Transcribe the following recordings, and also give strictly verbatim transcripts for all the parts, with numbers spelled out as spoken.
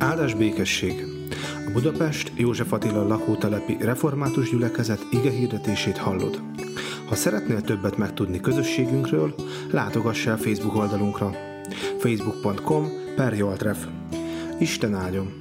Áldás békesség! A Budapest József Attila lakótelepi református gyülekezet igehirdetését hallod. Ha szeretnél többet megtudni közösségünkről, látogass el Facebook oldalunkra. facebook pont com per joltref. Isten áldjon!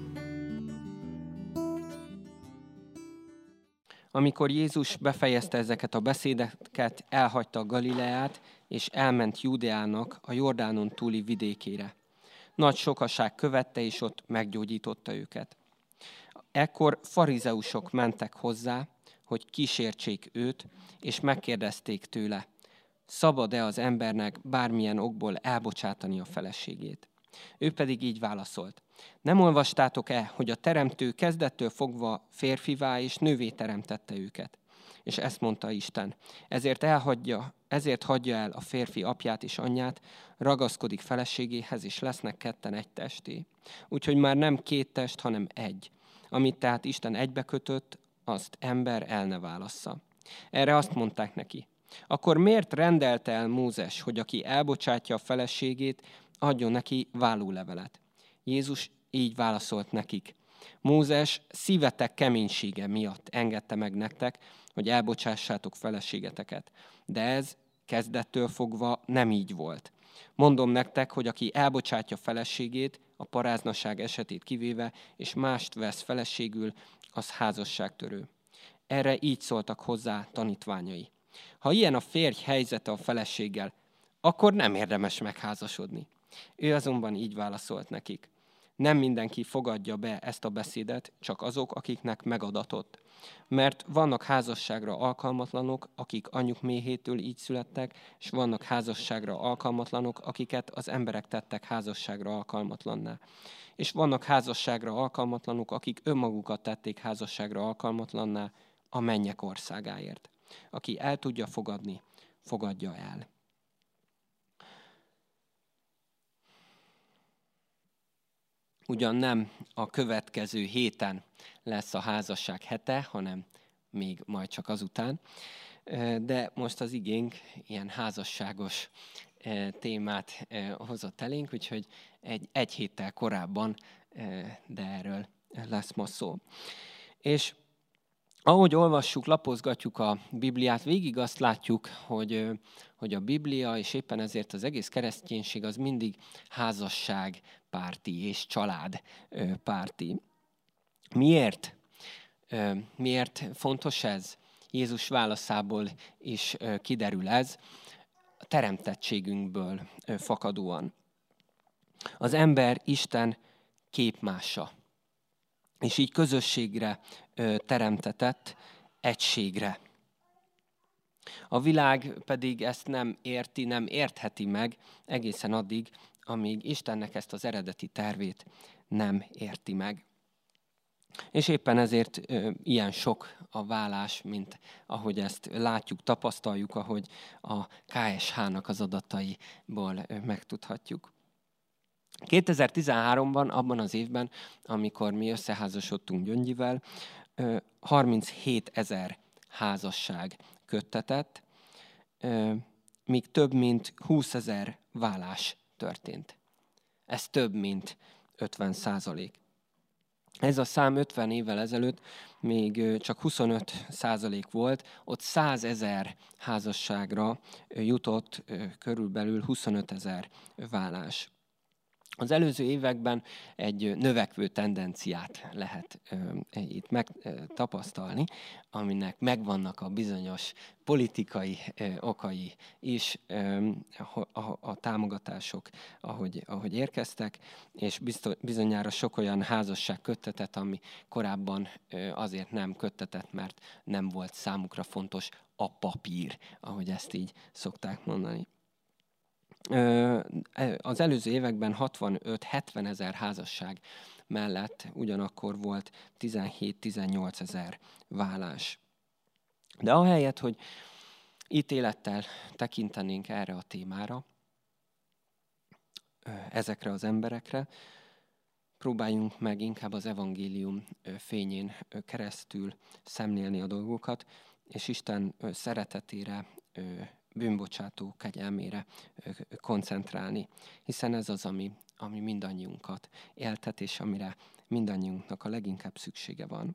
Amikor Jézus befejezte ezeket a beszédeket, elhagyta a Galileát, és elment Júdeának a Jordánon túli vidékére. Nagy sokaság követte, és ott meggyógyította őket. Ekkor farizeusok mentek hozzá, hogy kísértsék őt, és megkérdezték tőle, szabad-e az embernek bármilyen okból elbocsátani a feleségét? Ő pedig így válaszolt. Nem olvastátok-e, hogy a teremtő kezdettől fogva férfivá és nővé teremtette őket? És ezt mondta Isten. Ezért elhagyja, ezért hagyja el a férfi apját és anyját, ragaszkodik feleségéhez, és lesznek ketten egy testé. Úgyhogy már nem két test, hanem egy. Amit tehát Isten egybekötött, azt ember el ne válassza. Erre azt mondták neki. Akkor miért rendelte el Mózes, hogy aki elbocsátja a feleségét, adjon neki vállólevelet? Jézus így válaszolt nekik. Mózes szívetek keménysége miatt engedte meg nektek, hogy elbocsássátok feleségeteket. De ez kezdettől fogva nem így volt. Mondom nektek, hogy aki elbocsátja feleségét, a paráznaság esetét kivéve, és mást vesz feleségül, az házasságtörő. Erre így szóltak hozzá tanítványai. Ha ilyen a férj helyzete a feleséggel, akkor nem érdemes megházasodni. Ő azonban így válaszolt nekik. Nem mindenki fogadja be ezt a beszédet, csak azok, akiknek megadatott. Mert vannak házasságra alkalmatlanok, akik anyjuk méhétől így születtek, és vannak házasságra alkalmatlanok, akiket az emberek tettek házasságra alkalmatlanná. És vannak házasságra alkalmatlanok, akik önmagukat tették házasságra alkalmatlanná a mennyek országáért. Aki el tudja fogadni, fogadja el. Ugyan nem a következő héten lesz a házasság hete, hanem még majd csak azután. De most az igénk ilyen házasságos témát hozott elénk, úgyhogy egy, egy héttel korábban, de erről lesz ma szó. És ahogy olvassuk, lapozgatjuk a Bibliát, végig azt látjuk, hogy, hogy a Biblia, és éppen ezért az egész kereszténység az mindig házasságpárti és családpárti. Miért? Miért fontos ez? Jézus válaszából is kiderül ez, a teremtettségünkből fakadóan. Az ember Isten képmása, és így közösségre teremtetett, egységre. A világ pedig ezt nem érti, nem értheti meg egészen addig, amíg Istennek ezt az eredeti tervét nem érti meg. És éppen ezért ö, ilyen sok a válás, mint ahogy ezt látjuk, tapasztaljuk, ahogy a ká es há-nak az adataiból ö, megtudhatjuk. kétezer-tizenháromban, abban az évben, amikor mi összeházasodtunk Gyöngyivel, harminchét-ezer házasság köttetett, míg több mint húszezer válás történt. Ez több mint ötven százalék. Ez a szám ötven évvel ezelőtt még csak huszonöt százalék volt, ott százezer házasságra jutott körülbelül huszonötezer válás. Az előző években egy növekvő tendenciát lehet e, itt megtapasztalni, aminek megvannak a bizonyos politikai e, okai is, e, a, a, a támogatások, ahogy, ahogy érkeztek, és biztos, bizonyára sok olyan házasság köttetett, ami korábban e, azért nem köttetett, mert nem volt számukra fontos a papír, ahogy ezt így szokták mondani. Az előző években hatvanöt-hetven ezer házasság mellett ugyanakkor volt tizenhét-tizennyolc ezer válás. De ahelyett, hogy ítélettel tekintenénk erre a témára, ezekre az emberekre, próbáljunk meg inkább az evangélium fényén keresztül szemlélni a dolgokat, és Isten szeretetére bűnbocsátó kegyelmére koncentrálni, hiszen ez az, ami, ami mindannyiunkat éltet, és amire mindannyiunknak a leginkább szüksége van.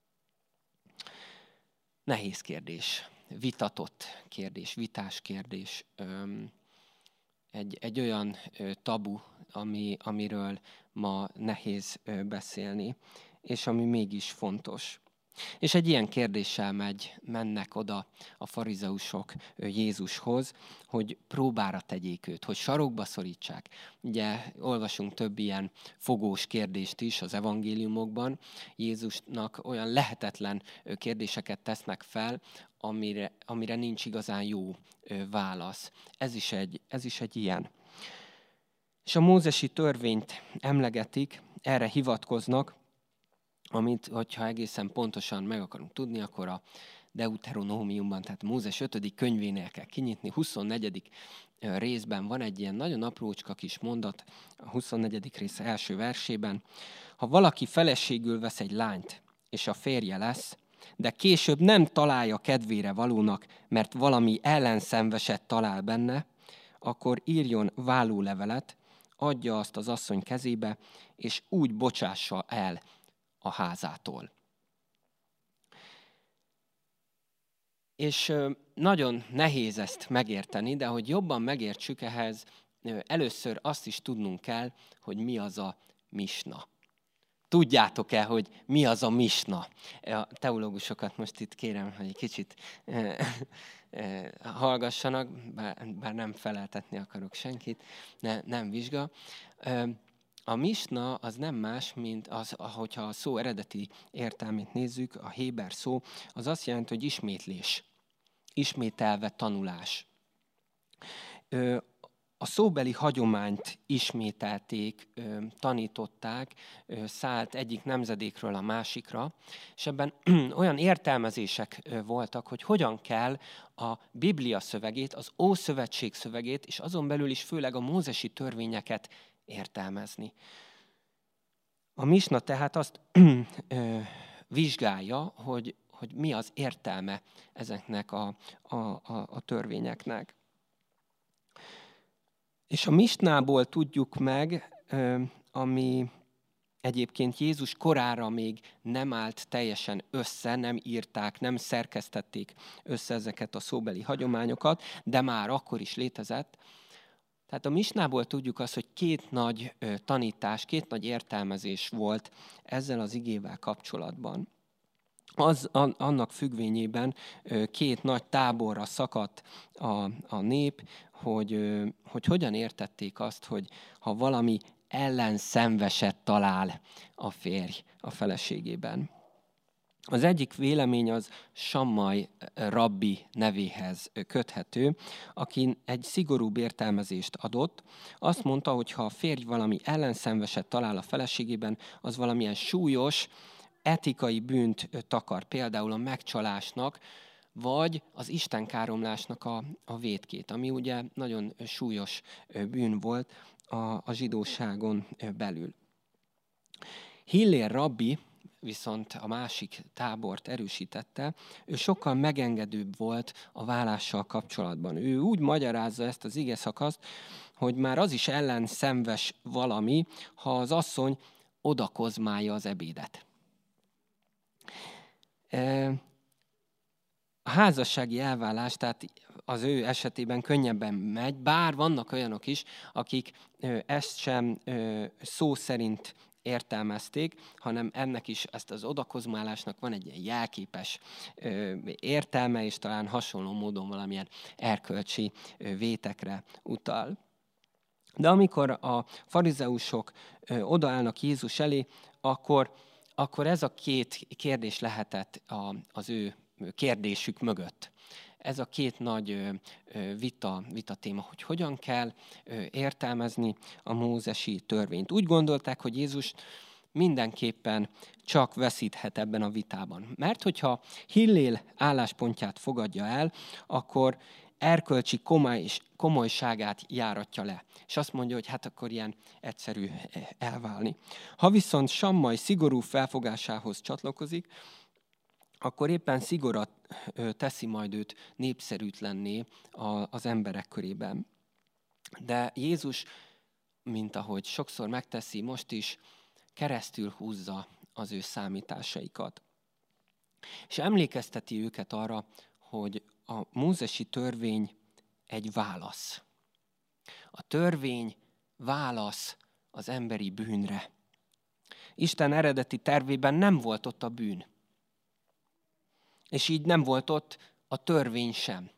Nehéz kérdés, vitatott kérdés, vitás kérdés, egy, egy olyan tabu, ami, amiről ma nehéz beszélni, és ami mégis fontos. És egy ilyen kérdéssel megy, mennek oda a farizeusok Jézushoz, hogy próbára tegyék őt, hogy sarokba szorítsák. Ugye olvasunk több ilyen fogós kérdést is az evangéliumokban. Jézusnak olyan lehetetlen kérdéseket tesznek fel, amire, amire nincs igazán jó válasz. Ez is egy, ez is egy ilyen. És a mózesi törvényt emlegetik, erre hivatkoznak, amit, hogyha egészen pontosan meg akarunk tudni, akkor a Deuteronómiumban, tehát Mózes ötödik könyvénél kell kinyitni, huszonnegyedik részben van egy ilyen nagyon aprócska kis mondat, a huszonnegyedik rész első versében. Ha valaki feleségül vesz egy lányt, és a férje lesz, de később nem találja kedvére valónak, mert valami ellenszenveset talál benne, akkor írjon vállólevelet, adja azt az asszony kezébe, és úgy bocsássa el a házától. És nagyon nehéz ezt megérteni, de hogy jobban megértsük ehhez, először azt is tudnunk kell, hogy mi az a misna. Tudjátok-e, hogy mi az a misna? A teológusokat most itt kérem, hogy egy kicsit hallgassanak, bár, bár nem feleltetni akarok senkit, ne, nem vizsga. A misna az nem más, mint az, hogyha a szó eredeti értelmét nézzük, a héber szó, az azt jelenti, hogy ismétlés, ismételve tanulás. A szóbeli hagyományt ismételték, tanították, szállt egyik nemzedékről a másikra, és ebben olyan értelmezések voltak, hogy hogyan kell a Biblia szövegét, az Ószövetség szövegét, és azon belül is főleg a mózesi törvényeket értelmezni. A misna tehát azt vizsgálja, hogy, hogy mi az értelme ezeknek a, a, a, a törvényeknek. És a misnából tudjuk meg, ami egyébként Jézus korára még nem állt teljesen össze, nem írták, nem szerkesztették össze ezeket a szóbeli hagyományokat, de már akkor is létezett. Tehát a misnából tudjuk azt, hogy két nagy tanítás, két nagy értelmezés volt ezzel az igével kapcsolatban. Az, annak függvényében két nagy táborra szakadt a, a nép, hogy, hogy hogyan értették azt, hogy ha valami ellenszenveset talál a férj a feleségében. Az egyik vélemény az Sammai rabbi nevéhez köthető, aki egy szigorúbb értelmezést adott. Azt mondta, hogy ha a férj valami ellenszenveset talál a feleségében, az valamilyen súlyos, etikai bűnt takar, például a megcsalásnak, vagy az istenkáromlásnak a, a vétkét, ami ugye nagyon súlyos bűn volt a, a zsidóságon belül. Hillér rabbi viszont a másik tábort erősítette, ő sokkal megengedőbb volt a vállással kapcsolatban. Ő úgy magyarázza ezt az igeszakaszt, hogy már az is ellenszenves valami, ha az asszony odakozmálja az ebédet. A házassági elvállás, tehát az ő esetében könnyebben megy, bár vannak olyanok is, akik ezt sem szó szerint értelmezték, hanem ennek is, ezt az odakozmálásnak van egy ilyen jelképes értelme, és talán hasonló módon valamilyen erkölcsi vétekre utal. De amikor a farizeusok odaállnak Jézus elé, akkor, akkor ez a két kérdés lehetett az ő kérdésük mögött. Ez a két nagy vita, vita téma, hogy hogyan kell értelmezni a mózesi törvényt. Úgy gondolták, hogy Jézus mindenképpen csak veszíthet ebben a vitában. Mert hogyha Hillél álláspontját fogadja el, akkor erkölcsi komoly, komolyságát járatja le. És azt mondja, hogy hát akkor ilyen egyszerű elválni. Ha viszont Sammai szigorú felfogásához csatlakozik, akkor éppen szigorúan teszi majd őt népszerűtlenné az emberek körében. De Jézus, mint ahogy sokszor megteszi most is, keresztül húzza az ő számításaikat. És emlékezteti őket arra, hogy a mózesi törvény egy válasz. A törvény válasz az emberi bűnre. Isten eredeti tervében nem volt ott a bűn. És így nem volt ott a törvény sem.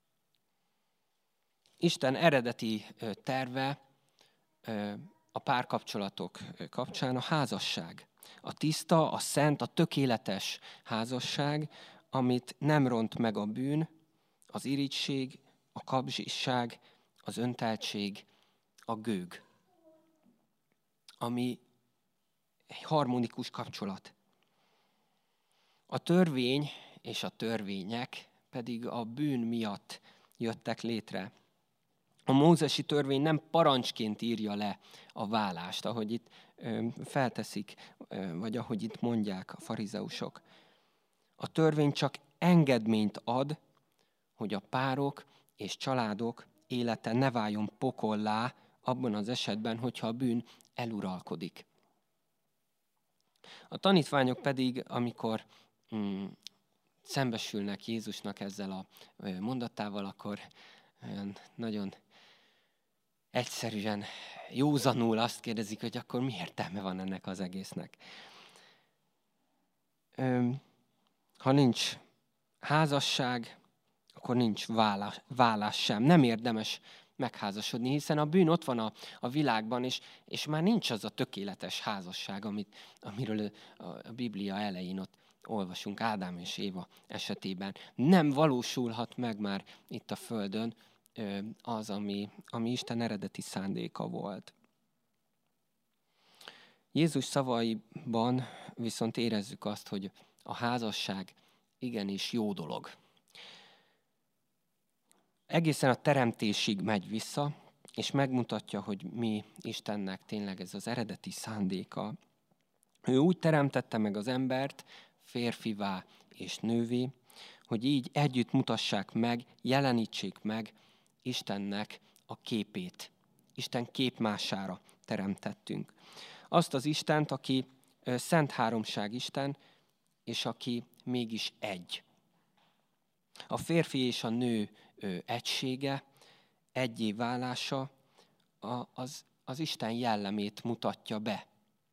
Isten eredeti terve a párkapcsolatok kapcsán a házasság. A tiszta, a szent, a tökéletes házasság, amit nem ront meg a bűn, az irigység, a kapzsiság, az önteltség, a gőg. Ami egy harmonikus kapcsolat. A törvény és a törvények pedig a bűn miatt jöttek létre. A mózesi törvény nem parancsként írja le a válást, ahogy itt ö, felteszik, ö, vagy ahogy itt mondják a farizeusok. A törvény csak engedményt ad, hogy a párok és családok élete ne váljon pokollá abban az esetben, hogyha a bűn eluralkodik. A tanítványok pedig, amikor mm, szembesülnek Jézusnak ezzel a mondatával, akkor olyan nagyon egyszerűen, józanul azt kérdezik, hogy akkor mi értelme van ennek az egésznek. Ha nincs házasság, akkor nincs vállás, vállás sem. Nem érdemes megházasodni, hiszen a bűn ott van a, a világban, és, és már nincs az a tökéletes házasság, amit, amiről a, a Biblia elején ott olvasunk Ádám és Éva esetében. Nem valósulhat meg már itt a földön az, ami, ami Isten eredeti szándéka volt. Jézus szavaiban viszont érezzük azt, hogy a házasság igenis jó dolog. Egészen a teremtésig megy vissza, és megmutatja, hogy mi Istennek tényleg ez az eredeti szándéka. Ő úgy teremtette meg az embert, férfivá és nővé, hogy így együtt mutassák meg, jelenítsék meg Istennek a képét. Isten képmására teremtettünk. Azt az Istent, aki szent háromság Isten, és aki mégis egy. A férfi és a nő egysége, egyé válása az, az Isten jellemét mutatja be.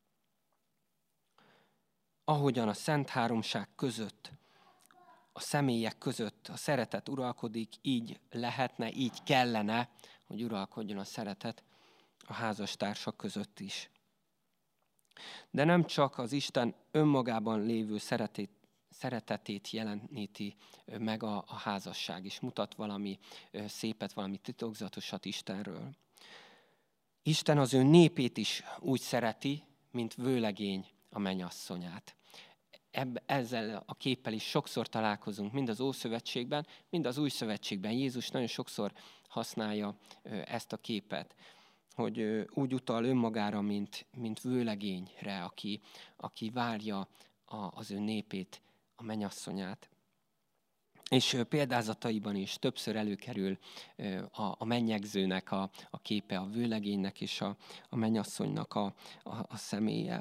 Ahogyan a szent háromság között, a személyek között a szeretet uralkodik, így lehetne, így kellene, hogy uralkodjon a szeretet a házastársak között is. De nem csak az Isten önmagában lévő szeretét, szeretetét jeleníti meg a, a házasság, és mutat valami szépet, valami titokzatosat Istenről. Isten az ő népét is úgy szereti, mint vőlegény a mennyasszonyát. Ebb, ezzel a képpel is sokszor találkozunk, mind az Ószövetségben, mind az Új Szövetségben. Jézus nagyon sokszor használja ezt a képet, hogy úgy utal önmagára, mint, mint vőlegényre, aki, aki várja a, az ő népét, a mennyasszonyát. És példázataiban is többször előkerül a, a mennyegzőnek a, a képe, a vőlegénynek és a, a mennyasszonynak a, a, a személye.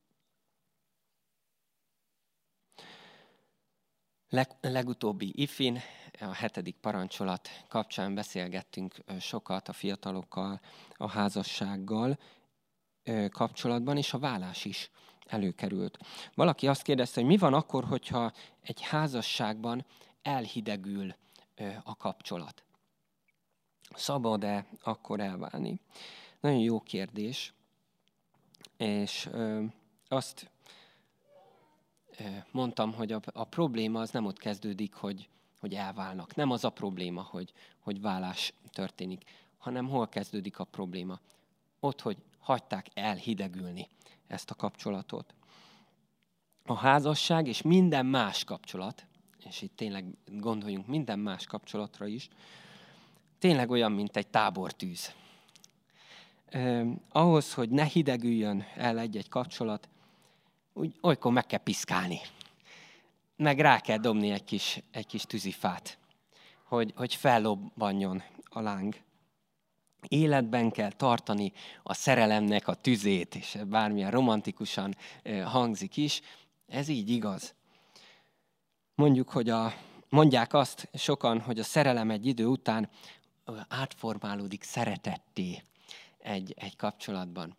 Leg, legutóbbi ifin, a hetedik parancsolat kapcsán beszélgettünk sokat a fiatalokkal, a házassággal kapcsolatban, és a vállás is előkerült. Valaki azt kérdezte, hogy mi van akkor, hogyha egy házasságban elhidegül a kapcsolat? Szabad-e akkor elválni? Nagyon jó kérdés, és azt mondtam, hogy a, a probléma az nem ott kezdődik, hogy, hogy elválnak. Nem az a probléma, hogy, hogy válás történik, hanem hol kezdődik a probléma. Ott, hogy hagyták elhidegülni ezt a kapcsolatot. A házasság és minden más kapcsolat, és itt tényleg gondoljunk minden más kapcsolatra is, tényleg olyan, mint egy tábortűz. Eh, ahhoz, hogy ne hidegüljön el egy-egy kapcsolat, úgy olykor meg kell piszkálni. meg rá kell dobni egy kis, egy kis tűzifát, hogy, hogy fellobbanjon a láng. Életben kell tartani a szerelemnek a tüzét, és bármilyen romantikusan hangzik is, ez így igaz. Mondjuk, hogy a, mondják azt sokan, hogy a szerelem egy idő után átformálódik szeretetté egy, egy kapcsolatban.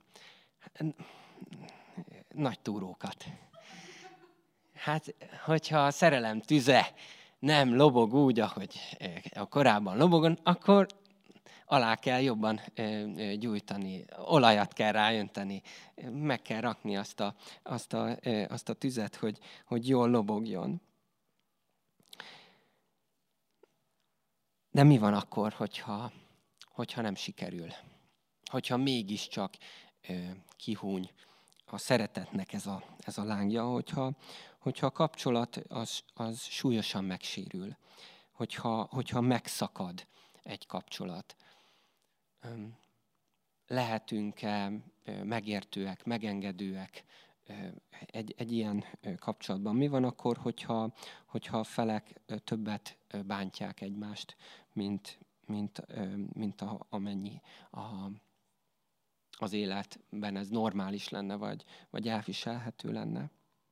Nagy túrókat. Hát, hogyha a szerelem tüze nem lobog úgy, ahogy a korábban lobogon, akkor alá kell jobban gyújtani, olajat kell ráönteni, meg kell rakni azt a, azt a, azt a tüzet, hogy, hogy jól lobogjon. De mi van akkor, hogyha, hogyha nem sikerül? Hogyha mégiscsak kihúny a szeretetnek ez a, ez a lángja, hogyha, hogyha a kapcsolat az, az súlyosan megsérül, hogyha, hogyha megszakad egy kapcsolat. Lehetünk-e megértőek, megengedőek egy, egy ilyen kapcsolatban? Mi van akkor, hogyha, hogyha a felek többet bántják egymást, mint, mint, mint a, amennyi a, az életben ez normális lenne, vagy, vagy elviselhető lenne?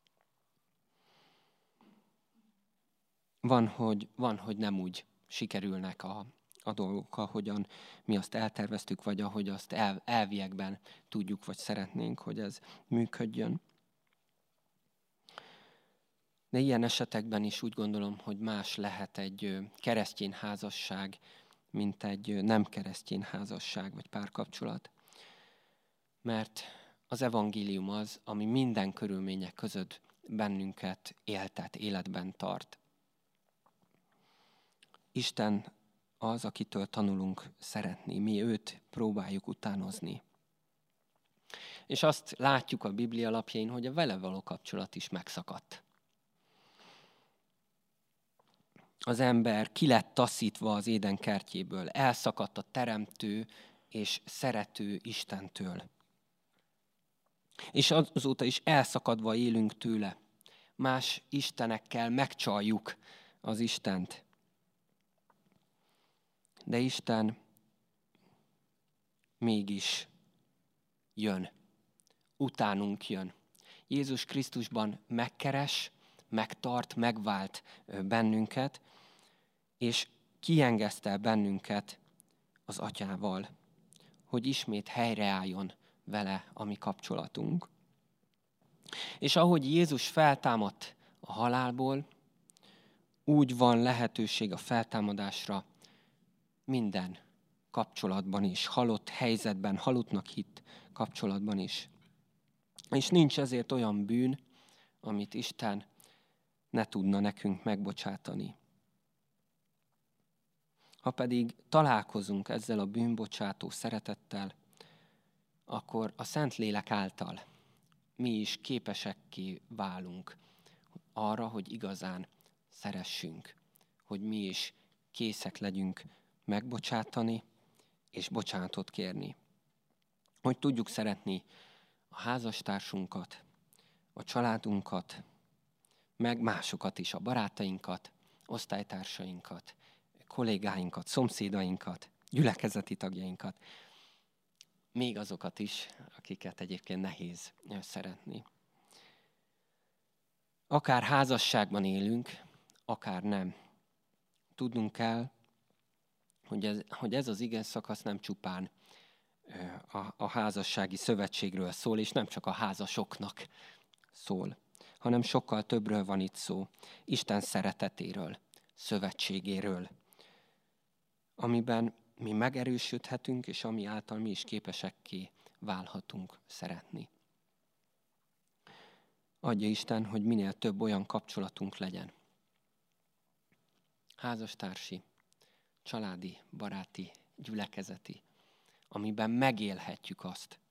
Van, hogy, van, hogy nem úgy sikerülnek a, a dolgok, ahogyan mi azt elterveztük, vagy ahogy azt el, elviekben tudjuk, vagy szeretnénk, hogy ez működjön. De ilyen esetekben is úgy gondolom, hogy más lehet egy keresztény házasság, mint egy nem keresztény házasság, vagy párkapcsolat. Mert az evangélium az, ami minden körülmények között bennünket éltet, életben tart. Isten az, akitől tanulunk szeretni. Mi őt próbáljuk utánozni. És azt látjuk a Biblia alapjain, hogy a vele való kapcsolat is megszakadt. Az ember ki lett taszítva az Éden kertjéből, elszakadt a teremtő és szerető Istentől. És azóta is elszakadva élünk tőle. Más istenekkel megcsaljuk az Istent. De Isten mégis jön. Utánunk jön. Jézus Krisztusban megkeres, megtart, megvált bennünket, és kiengesztel bennünket az Atyával, hogy ismét helyreálljon vele a mi kapcsolatunk. És ahogy Jézus feltámadt a halálból, úgy van lehetőség a feltámadásra minden kapcsolatban is, halott helyzetben, halottnak hitt kapcsolatban is. És nincs ezért olyan bűn, amit Isten ne tudna nekünk megbocsátani. Ha pedig találkozunk ezzel a bűnbocsátó szeretettel, akkor a Szentlélek által mi is képesekké válunk arra, hogy igazán szeressünk, hogy mi is készek legyünk megbocsátani és bocsánatot kérni. Hogy tudjuk szeretni a házastársunkat, a családunkat, meg másokat is, a barátainkat, osztálytársainkat, kollégáinkat, szomszédainkat, gyülekezeti tagjainkat, még azokat is, akiket egyébként nehéz szeretni. Akár házasságban élünk, akár nem. Tudnunk kell, hogy ez, hogy ez az ige szakasz nem csupán a, a házassági szövetségről szól, és nem csak a házasoknak szól, hanem sokkal többről van itt szó. Isten szeretetéről, szövetségéről, amiben mi megerősödhetünk, és ami által mi is képesekké válhatunk szeretni. Adja Isten, hogy minél több olyan kapcsolatunk legyen. Házastársi, családi, baráti, gyülekezeti, amiben megélhetjük azt,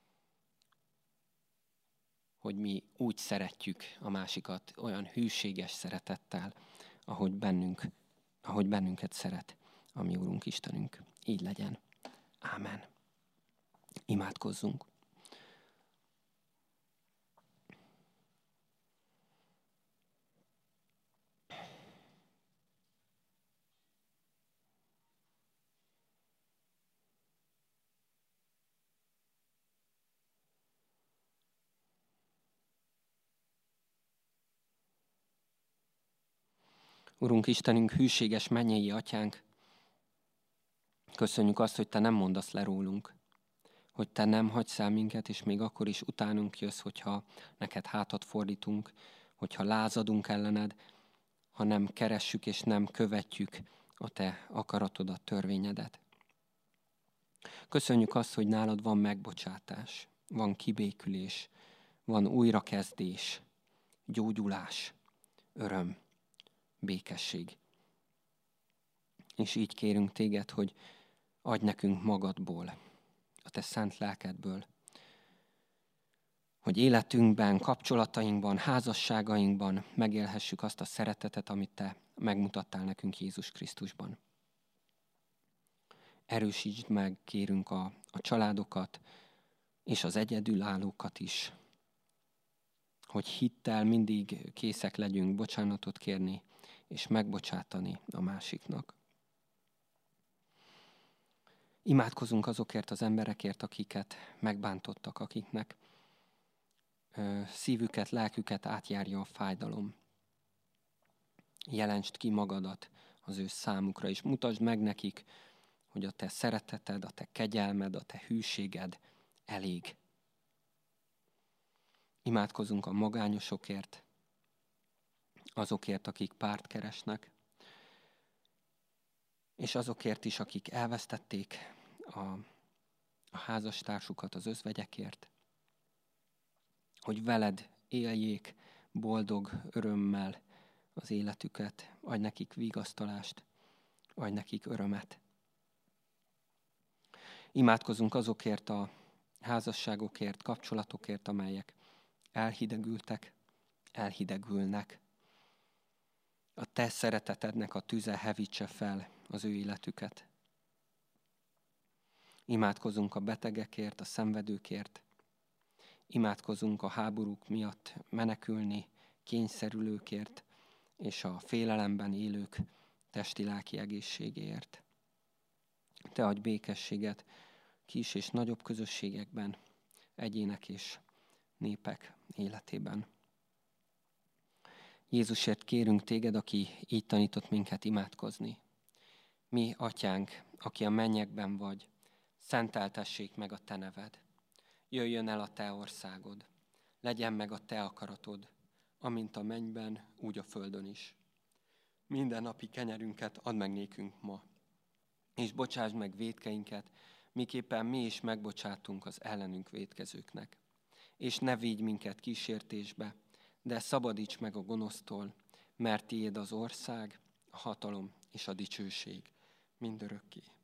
hogy mi úgy szeretjük a másikat olyan hűséges szeretettel, ahogy, bennünk, ahogy bennünket szeret a mi Úrunk Istenünk. Így legyen. Ámen. Imádkozzunk. Urunk Istenünk, hűséges mennyei Atyánk, köszönjük azt, hogy Te nem mondasz le rólunk, hogy Te nem hagysz el minket, és még akkor is utánunk jössz, hogyha neked hátat fordítunk, hogyha lázadunk ellened, ha nem keressük és nem követjük a Te akaratodat, törvényedet. Köszönjük azt, hogy nálad van megbocsátás, van kibékülés, van újrakezdés, gyógyulás, öröm, békesség. És így kérünk téged, hogy adj nekünk magadból, a te szent lelkedből, hogy életünkben, kapcsolatainkban, házasságainkban megélhessük azt a szeretetet, amit te megmutattál nekünk Jézus Krisztusban. Erősítsd meg, kérünk a, a családokat és az egyedülállókat is, hogy hittel mindig készek legyünk bocsánatot kérni és megbocsátani a másiknak. Imádkozunk azokért az emberekért, akiket megbántottak, akiknek ö, szívüket, lelküket átjárja a fájdalom. Jelentsd ki magadat az ő számukra, és mutasd meg nekik, hogy a te szereteted, a te kegyelmed, a te hűséged elég. Imádkozunk a magányosokért, azokért, akik párt keresnek, és azokért is, akik elvesztették a, a házastársukat az özvegyekért, hogy veled éljék boldog örömmel az életüket, adj nekik vigasztalást, adj nekik örömet. Imádkozunk azokért a házasságokért, kapcsolatokért, amelyek elhidegültek, elhidegülnek. A te szeretetednek a tüze hevítse fel az ő életüket. Imádkozunk a betegekért, a szenvedőkért. Imádkozunk a háborúk miatt menekülni kényszerülőkért, és a félelemben élők testi-lelki egészségéért. Te adj békességet kis és nagyobb közösségekben, egyének és népek életében. Jézusért kérünk téged, aki így tanított minket imádkozni. Mi, Atyánk, aki a mennyekben vagy, szenteltessék meg a te neved. Jöjjön el a te országod, legyen meg a te akaratod, amint a mennyben, úgy a földön is. Minden napi kenyerünket add meg nékünk ma, és bocsásd meg vétkeinket, miképpen mi is megbocsátunk az ellenünk vétkezőknek. És ne védj minket kísértésbe, de szabadíts meg a gonosztól, mert tiéd az ország, a hatalom és a dicsőség mindörökké.